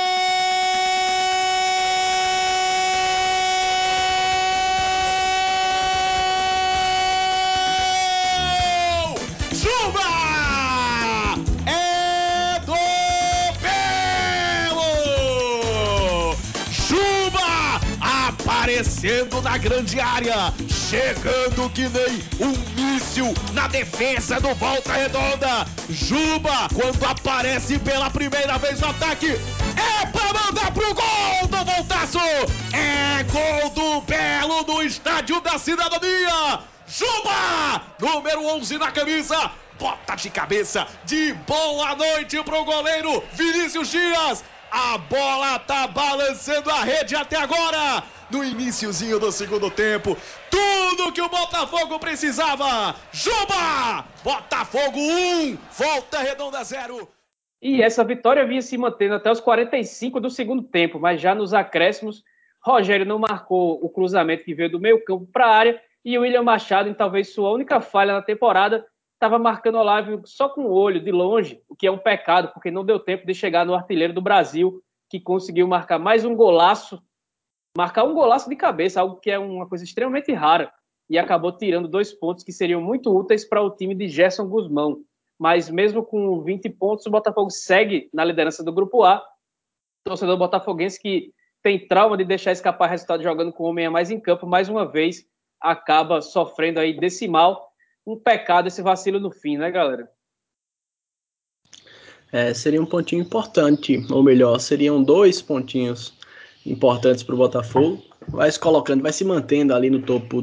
Aparecendo na grande área, chegando que nem um míssil na defesa do Volta Redonda. Juba, quando aparece pela primeira vez no ataque, é pra mandar pro gol do Voltaço. É gol do Belo no Estádio da Cidadania. Juba, número 11 na camisa, bota de cabeça, de boa noite pro goleiro Vinícius Dias. A bola tá balançando a rede até agora. No iniciozinho do segundo tempo, tudo que o Botafogo precisava. Juba! Botafogo 1, Volta Redonda 0. E essa vitória vinha se mantendo até os 45 do segundo tempo, mas já nos acréscimos, Rogério não marcou o cruzamento que veio do meio campo para a área e o William Machado, em talvez sua única falha na temporada, estava marcando o Olávio só com o olho, de longe, o que é um pecado, porque não deu tempo de chegar no artilheiro do Brasil, que conseguiu marcar mais um golaço, marcar um golaço de cabeça, algo que é uma coisa extremamente rara, e acabou tirando 2 pontos que seriam muito úteis para o time de Gerson Guzmão. Mas mesmo com 20 pontos, o Botafogo segue na liderança do Grupo A. Torcedor botafoguense que tem trauma de deixar escapar resultado jogando com o homem a mais em campo, mais uma vez acaba sofrendo aí desse mal. Um pecado esse vacilo no fim, né, galera? Seria um pontinho importante, ou melhor, seriam 2 pontinhos importantes para o Botafogo. Vai se colocando, vai se mantendo ali no topo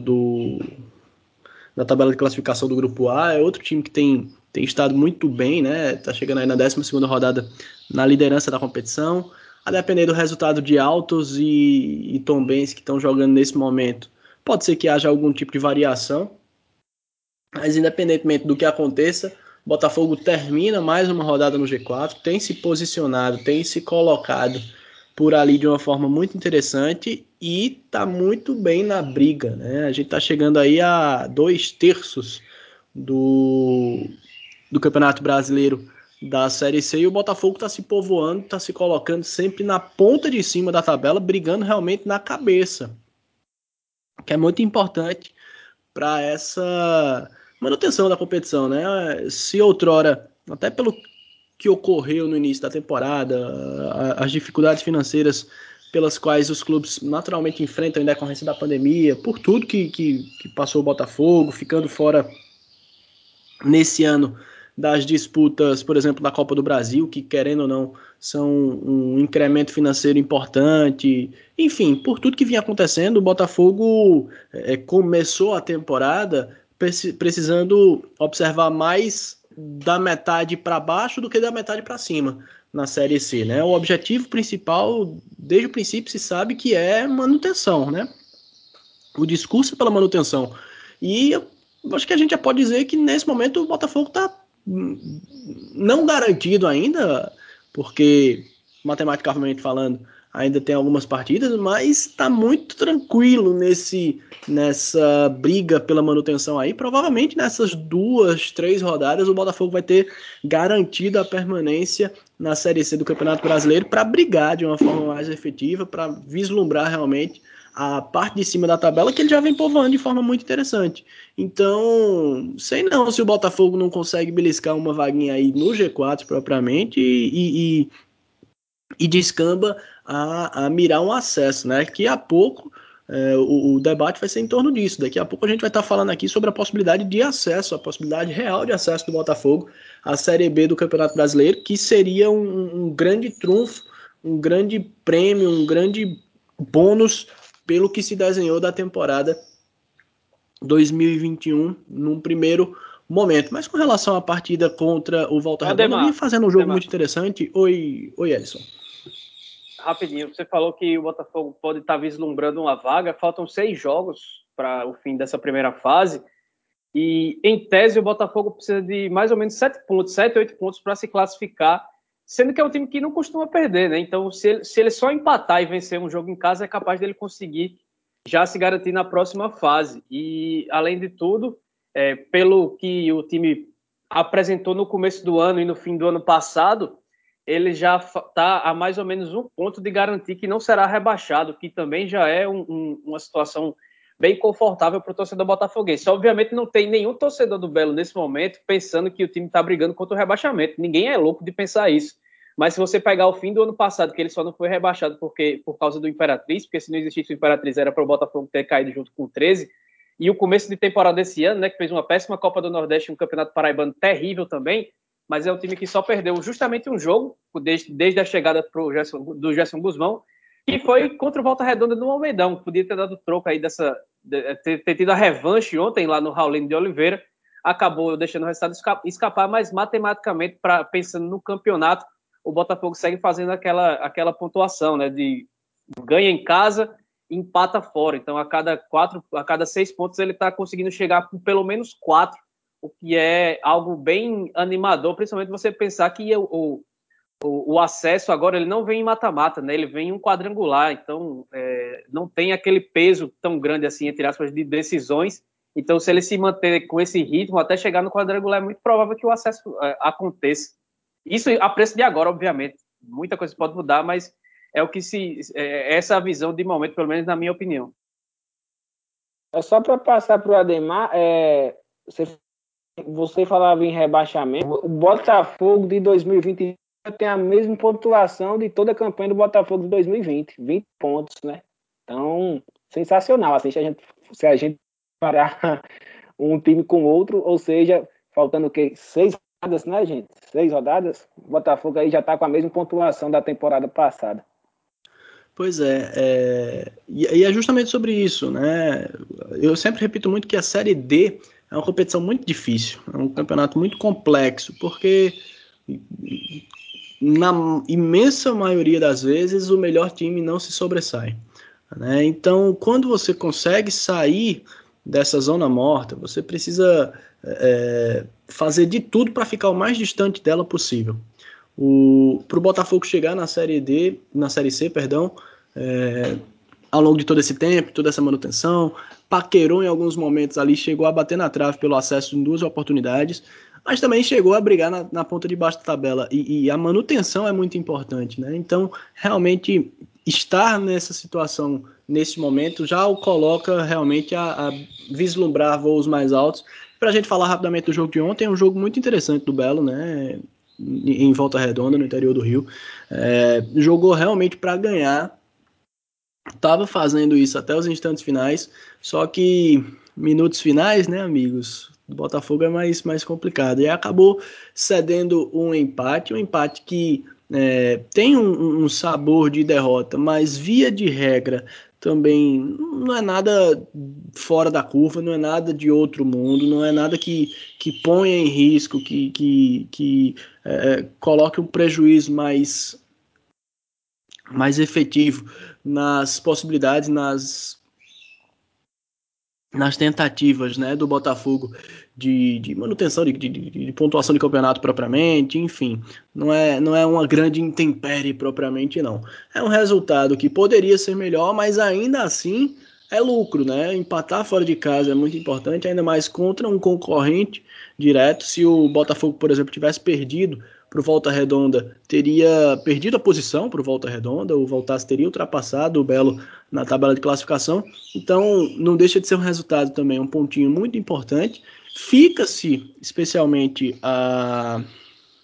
da tabela de classificação do Grupo A. É outro time que tem estado muito bem, né? Tá chegando aí na 12ª rodada na liderança da competição. A depender do resultado de Altos e Tombense que estão jogando nesse momento, pode ser que haja algum tipo de variação. Mas independentemente do que aconteça, Botafogo termina mais uma rodada no G4, tem se posicionado, tem se colocado por ali de uma forma muito interessante e está muito bem na briga, né? A gente está chegando aí a 2/3 do Campeonato Brasileiro da Série C e o Botafogo está se povoando, está se colocando sempre na ponta de cima da tabela, brigando realmente na cabeça, que é muito importante para essa manutenção da competição, né? Se outrora, até pelo que ocorreu no início da temporada, as dificuldades financeiras pelas quais os clubes naturalmente enfrentam em decorrência da pandemia, por tudo que passou o Botafogo, ficando fora nesse ano das disputas, por exemplo, da Copa do Brasil, que querendo ou não, são um incremento financeiro importante. Enfim, por tudo que vinha acontecendo, o Botafogo começou a temporada precisando observar mais da metade para baixo do que da metade para cima na Série C, né? O objetivo principal, desde o princípio, se sabe que é manutenção, né? O discurso é pela manutenção. E eu acho que a gente já pode dizer que nesse momento o Botafogo está não garantido ainda, porque matematicamente falando ainda tem algumas partidas, mas está muito tranquilo nessa briga pela manutenção aí. Provavelmente nessas 2-3 rodadas o Botafogo vai ter garantido a permanência na Série C do Campeonato Brasileiro para brigar de uma forma mais efetiva, para vislumbrar realmente a parte de cima da tabela que ele já vem povoando de forma muito interessante. Então, sei não se o Botafogo não consegue beliscar uma vaguinha aí no G4 propriamente e descamba a mirar um acesso, né? Que há pouco o debate vai ser em torno disso. Daqui a pouco a gente vai estar falando aqui sobre a possibilidade de acesso, a possibilidade real de acesso do Botafogo à Série B do Campeonato Brasileiro, que seria um grande trunfo, um grande prêmio, um grande bônus pelo que se desenhou da temporada 2021 num primeiro momento. Mas com relação à partida contra o Volta Redonda, vinha fazendo um jogo muito interessante. Oi, Ellison. Rapidinho, você falou que o Botafogo pode estar vislumbrando uma vaga, faltam 6 jogos para o fim dessa primeira fase, e em tese o Botafogo precisa de mais ou menos 7 pontos, 7, 8 pontos para se classificar, sendo que é um time que não costuma perder, né? Então, se ele só empatar e vencer um jogo em casa, é capaz dele conseguir já se garantir na próxima fase. E, além de tudo, pelo que o time apresentou no começo do ano e no fim do ano passado, ele já está a mais ou menos 1 ponto de garantir que não será rebaixado, que também já é uma situação bem confortável para o torcedor botafoguense. Obviamente não tem nenhum torcedor do Belo nesse momento pensando que o time está brigando contra o rebaixamento. Ninguém é louco de pensar isso. Mas se você pegar o fim do ano passado, que ele só não foi rebaixado por causa do Imperatriz, porque se não existisse o Imperatriz era para o Botafogo ter caído junto com o 13, e o começo de temporada desse ano, né, que fez uma péssima Copa do Nordeste, um campeonato paraibano terrível também, mas é um time que só perdeu justamente um jogo, desde a chegada do Gerson Guzmão, que foi contra o Volta Redonda no Almeidão. Podia ter dado troco aí ter tido a revanche ontem lá no Raulino de Oliveira, acabou deixando o resultado escapar, mas matematicamente, pensando no campeonato, o Botafogo segue fazendo aquela pontuação, né, de ganha em casa, empata fora. Então, a cada 6 pontos ele está conseguindo chegar com pelo menos 4, o que é algo bem animador, principalmente você pensar que o acesso agora ele não vem em mata-mata, né? Ele vem em um quadrangular, então não tem aquele peso tão grande assim, entre aspas, de decisões. Então, se ele se manter com esse ritmo até chegar no quadrangular, é muito provável que o acesso aconteça. Isso a preço de agora, obviamente. Muita coisa pode mudar, mas é o que essa é a visão de momento, pelo menos na minha opinião. Só para passar para o Ademar, você falava em rebaixamento. O Botafogo de 2020 tem a mesma pontuação de toda a campanha do Botafogo de 2020, 20 pontos, né? Então, sensacional. Assim, se a gente parar um time com outro, ou seja, faltando o quê? 6 rodadas, né, gente? 6 rodadas, o Botafogo aí já está com a mesma pontuação da temporada passada. Pois e é justamente sobre isso, né? Eu sempre repito muito que a Série D é uma competição muito difícil, é um campeonato muito complexo, porque na imensa maioria das vezes o melhor time não se sobressai, né? Então, quando você consegue sair dessa zona morta, você precisa fazer de tudo para ficar o mais distante dela possível. Para o Botafogo chegar na Série C, perdão, ao longo de todo esse tempo, toda essa manutenção, paquerou em alguns momentos ali, chegou a bater na trave pelo acesso em 2 oportunidades, mas também chegou a brigar na ponta de baixo da tabela, e a manutenção é muito importante, né? Então, realmente, estar nessa situação, nesse momento, já o coloca realmente a vislumbrar voos mais altos. Para a gente falar rapidamente do jogo de ontem, é um jogo muito interessante do Belo, né? Em Volta Redonda, no interior do Rio. Jogou realmente para ganhar, estava fazendo isso até os instantes finais, só que minutos finais, né, amigos, do Botafogo é mais complicado, e acabou cedendo um empate que tem um sabor de derrota, mas via de regra também não é nada fora da curva, não é nada de outro mundo, não é nada que ponha em risco, que coloque um prejuízo mais efetivo nas possibilidades, nas tentativas, né, do Botafogo de manutenção de pontuação de campeonato propriamente, enfim, não é uma grande intempérie propriamente, não. É um resultado que poderia ser melhor, mas ainda assim é lucro, né? Empatar fora de casa é muito importante, ainda mais contra um concorrente direto. Se o Botafogo, por exemplo, tivesse perdido para o Volta Redonda, teria perdido a posição para o Volta Redonda, o Voltaço teria ultrapassado o Belo na tabela de classificação, então não deixa de ser um resultado também, um pontinho muito importante. Fica-se especialmente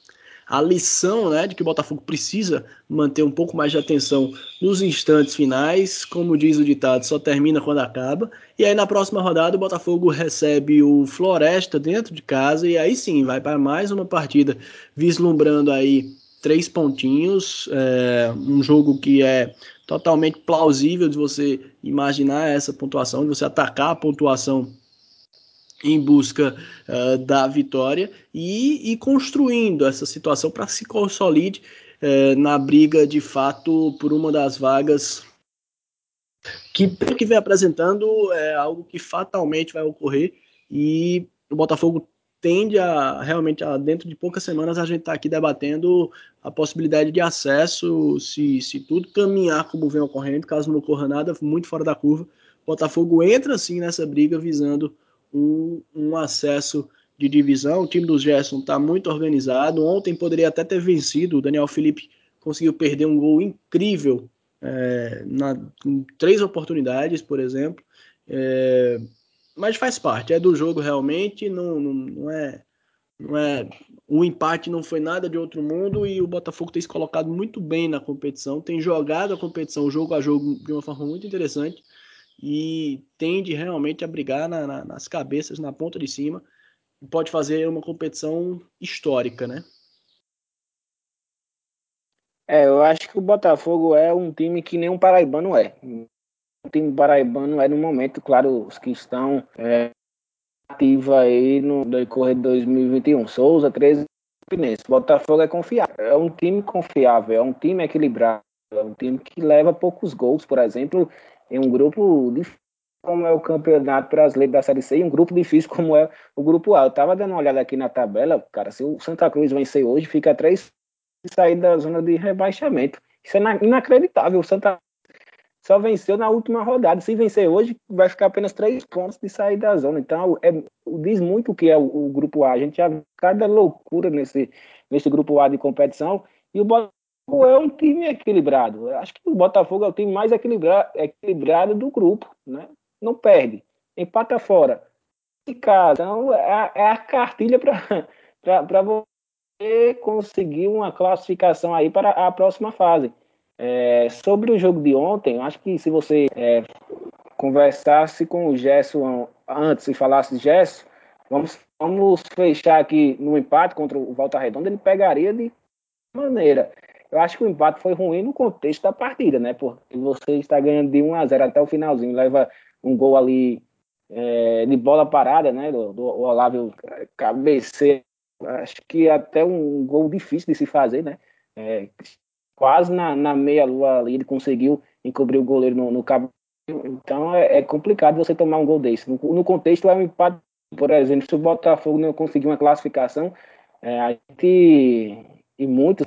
a lição, né, de que o Botafogo precisa manter um pouco mais de atenção nos instantes finais, como diz o ditado, só termina quando acaba, e aí na próxima rodada o Botafogo recebe o Floresta dentro de casa, e aí sim, vai para mais uma partida vislumbrando aí 3 pontinhos, um jogo que é totalmente plausível de você imaginar essa pontuação, de você atacar a pontuação em busca da vitória e construindo essa situação para se consolide na briga de fato por uma das vagas que, pelo que vem apresentando, é algo que fatalmente vai ocorrer e o Botafogo tende a realmente, dentro de poucas semanas, a gente está aqui debatendo a possibilidade de acesso, se tudo caminhar como vem ocorrendo, caso não ocorra nada muito fora da curva, o Botafogo entra sim nessa briga visando um acesso de divisão. O time do Gerson está muito organizado, ontem poderia até ter vencido, o Daniel Felipe conseguiu perder um gol incrível em 3 oportunidades, por exemplo, mas faz parte, é do jogo realmente, não é, o empate não foi nada de outro mundo e o Botafogo tem se colocado muito bem na competição, tem jogado a competição jogo a jogo de uma forma muito interessante e tende realmente a brigar nas cabeças, na ponta de cima, e pode fazer uma competição histórica, né? Eu acho que o Botafogo é um time que nem um paraibano é. O time paraibano é no momento, claro, os que estão ativos aí no decorrer de 2021. Souza, 13, Fluminense. Botafogo é confiável. É um time confiável, é um time equilibrado, é um time que leva poucos gols, por exemplo, em um grupo difícil como é o Campeonato Brasileiro da Série C e um grupo difícil como é o Grupo A. Eu tava dando uma olhada aqui na tabela, cara, se o Santa Cruz vencer hoje, fica 3 e sair da zona de rebaixamento. Isso é inacreditável. O Santa só venceu na última rodada. Se vencer hoje, vai ficar apenas 3 pontos de sair da zona. Então, diz muito o que é o Grupo A. A gente já viu cada loucura nesse Grupo A de competição. E o Botafogo é um time equilibrado. Eu acho que o Botafogo é o time mais equilibrado do grupo, né? Não perde. Empata fora. Então, é a cartilha para você conseguir uma classificação aí para a próxima fase. Sobre o jogo de ontem, acho que se você conversasse com o Gerson antes e falasse, Gerson, vamos fechar aqui no empate contra o Volta Redonda, ele pegaria de maneira. Eu acho que o empate foi ruim no contexto da partida, né? Porque você está ganhando de 1-0 até o finalzinho, leva um gol ali de bola parada, né? Do Olávio cabeceia. Acho que até um gol difícil de se fazer, né? Quase na meia-lua ali, ele conseguiu encobrir o goleiro no cabo. Então é complicado você tomar um gol desse. No contexto é um empate. Por exemplo, se o Botafogo não conseguir uma classificação, a gente e muitos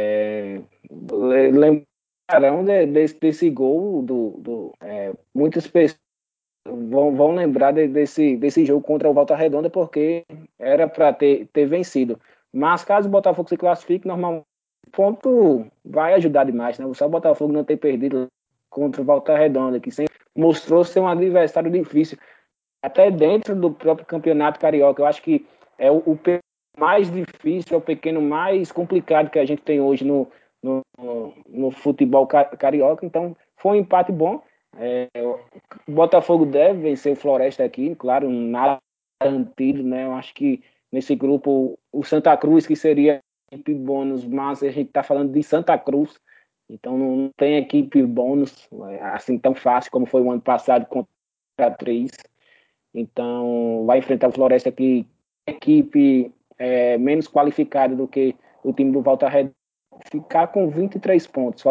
lembrarão desse gol muitas pessoas vão lembrar desse jogo contra o Volta Redonda porque era para ter vencido. Mas caso o Botafogo se classifique, normalmente o ponto vai ajudar demais, né? Só o Botafogo não ter perdido contra o Volta Redonda, que sempre mostrou ser um adversário difícil, até dentro do próprio campeonato carioca. Eu acho que é o mais difícil, é o pequeno mais complicado que a gente tem hoje no futebol carioca. Então, foi um empate bom. O Botafogo deve vencer o Floresta aqui, claro, nada garantido, né? Eu acho que nesse grupo o Santa Cruz, que seria equipe bônus, mas a gente está falando de Santa Cruz, então não tem equipe bônus assim tão fácil como foi o ano passado contra a 3. Então vai enfrentar o Floresta, que é equipe menos qualificada do que o time do Volta Redonda, ficar com 23 pontos,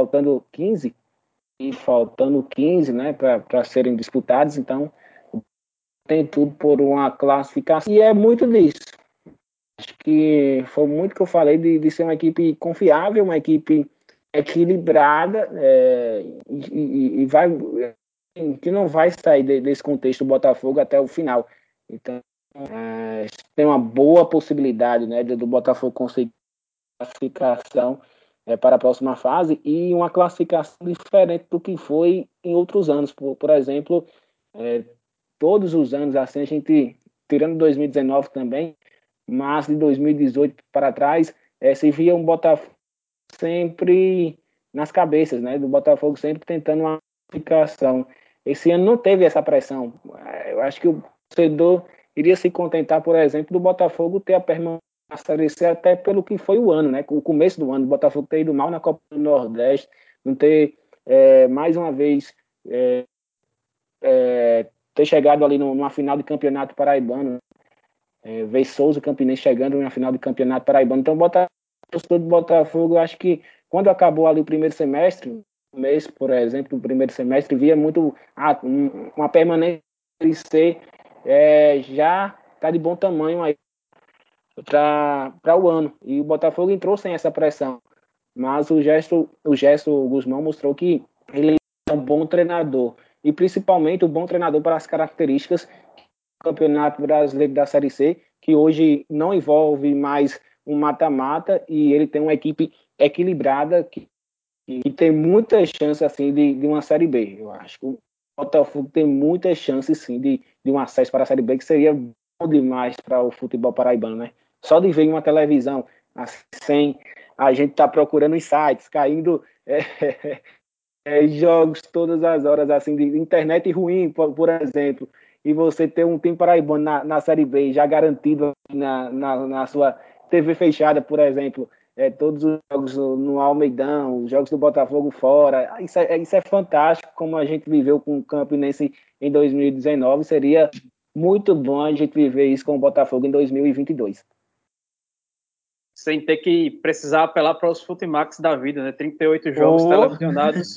faltando 15, né, para serem disputados. Então tem tudo por uma classificação e é muito disso. Acho que foi muito que eu falei de ser uma equipe confiável, uma equipe equilibrada e vai que não vai sair desse contexto do Botafogo até o final. Então tem uma boa possibilidade, né, do Botafogo conseguir classificação para a próxima fase e uma classificação diferente do que foi em outros anos. Por exemplo, todos os anos assim, a gente, tirando 2019 também, mas de 2018 para trás, se via um Botafogo sempre nas cabeças, né? Do Botafogo sempre tentando uma classificação. Esse ano não teve essa pressão. Eu acho que o torcedor iria se contentar, por exemplo, do Botafogo ter a permanência na Série C até pelo que foi o ano, né? O começo do ano, o Botafogo ter ido mal na Copa do Nordeste, não ter, mais uma vez, ter chegado ali numa final de campeonato paraibano, ver Souza Campinense chegando na final de campeonato paraibano. Então, o torcedor do Botafogo, eu acho que quando acabou ali o primeiro semestre, mês, por exemplo, do primeiro semestre, via muito uma permanência de C já está de bom tamanho aí para o ano. E o Botafogo entrou sem essa pressão. Mas o Gerson Guzmão mostrou que ele é um bom treinador. E principalmente um bom treinador para as características do Campeonato Brasileiro da Série C, que hoje não envolve mais um mata-mata, e ele tem uma equipe equilibrada que tem muitas chances assim, de uma Série B. Eu acho que o Botafogo tem muitas chances sim de um acesso para a Série B, que seria bom demais para o futebol paraibano, né? Só de ver uma televisão assim, sem a gente tá procurando os sites, caindo jogos todas as horas, assim, de internet ruim, por exemplo, e você ter um time paraibano na Série B já garantido na sua TV fechada, por exemplo, todos os jogos no Almeidão, os jogos do Botafogo fora, isso é fantástico, como a gente viveu com o Campinense em 2019, seria muito bom a gente viver isso com o Botafogo em 2022. Sem ter que precisar apelar para os Futimax da vida, né? 38 jogos televisionados.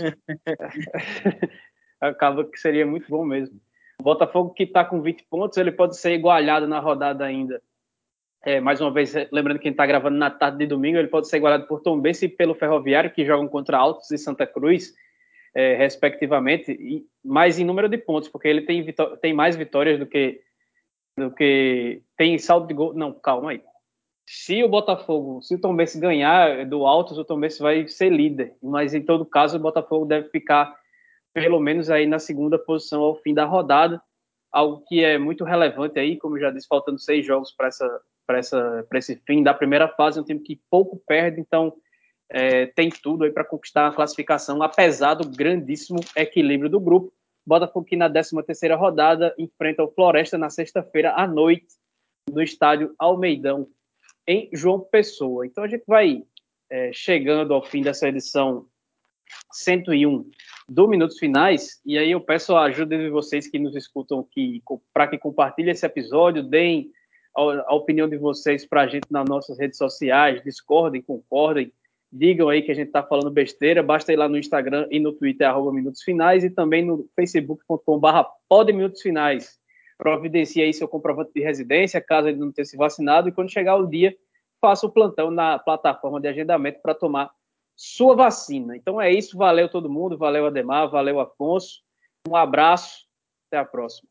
Acaba que seria muito bom mesmo. O Botafogo que está com 20 pontos, ele pode ser igualado na rodada ainda. Mais uma vez, lembrando que a gente está gravando na tarde de domingo, ele pode ser igualado por Tombense e pelo Ferroviário, que jogam contra Altos e Santa Cruz, respectivamente, mais em número de pontos, porque ele tem mais vitórias do que tem saldo de gol. Não, calma aí. Se o Tombense ganhar do Altos, o Tombense vai ser líder. Mas, em todo caso, o Botafogo deve ficar, pelo menos, aí na segunda posição ao fim da rodada. Algo que é muito relevante aí, como eu já disse, faltando 6 jogos para esse fim da primeira fase. Um time que pouco perde, então tem tudo aí para conquistar a classificação, apesar do grandíssimo equilíbrio do grupo. Botafogo que na 13ª rodada enfrenta o Floresta na sexta-feira à noite, no estádio Almeidão, em João Pessoa. Então a gente vai chegando ao fim dessa edição 101 do Minutos Finais, e aí eu peço a ajuda de vocês que nos escutam para que compartilhem esse episódio, deem a opinião de vocês para a gente nas nossas redes sociais, discordem, concordem, digam aí que a gente está falando besteira, basta ir lá no Instagram e no Twitter, @Minutos Finais, e também no facebook.com/podminutosfinais. Providencie aí seu comprovante de residência, caso ele não tenha se vacinado, e quando chegar o dia, faça o plantão na plataforma de agendamento para tomar sua vacina. Então é isso, valeu todo mundo, valeu Ademar, valeu Afonso, um abraço, até a próxima.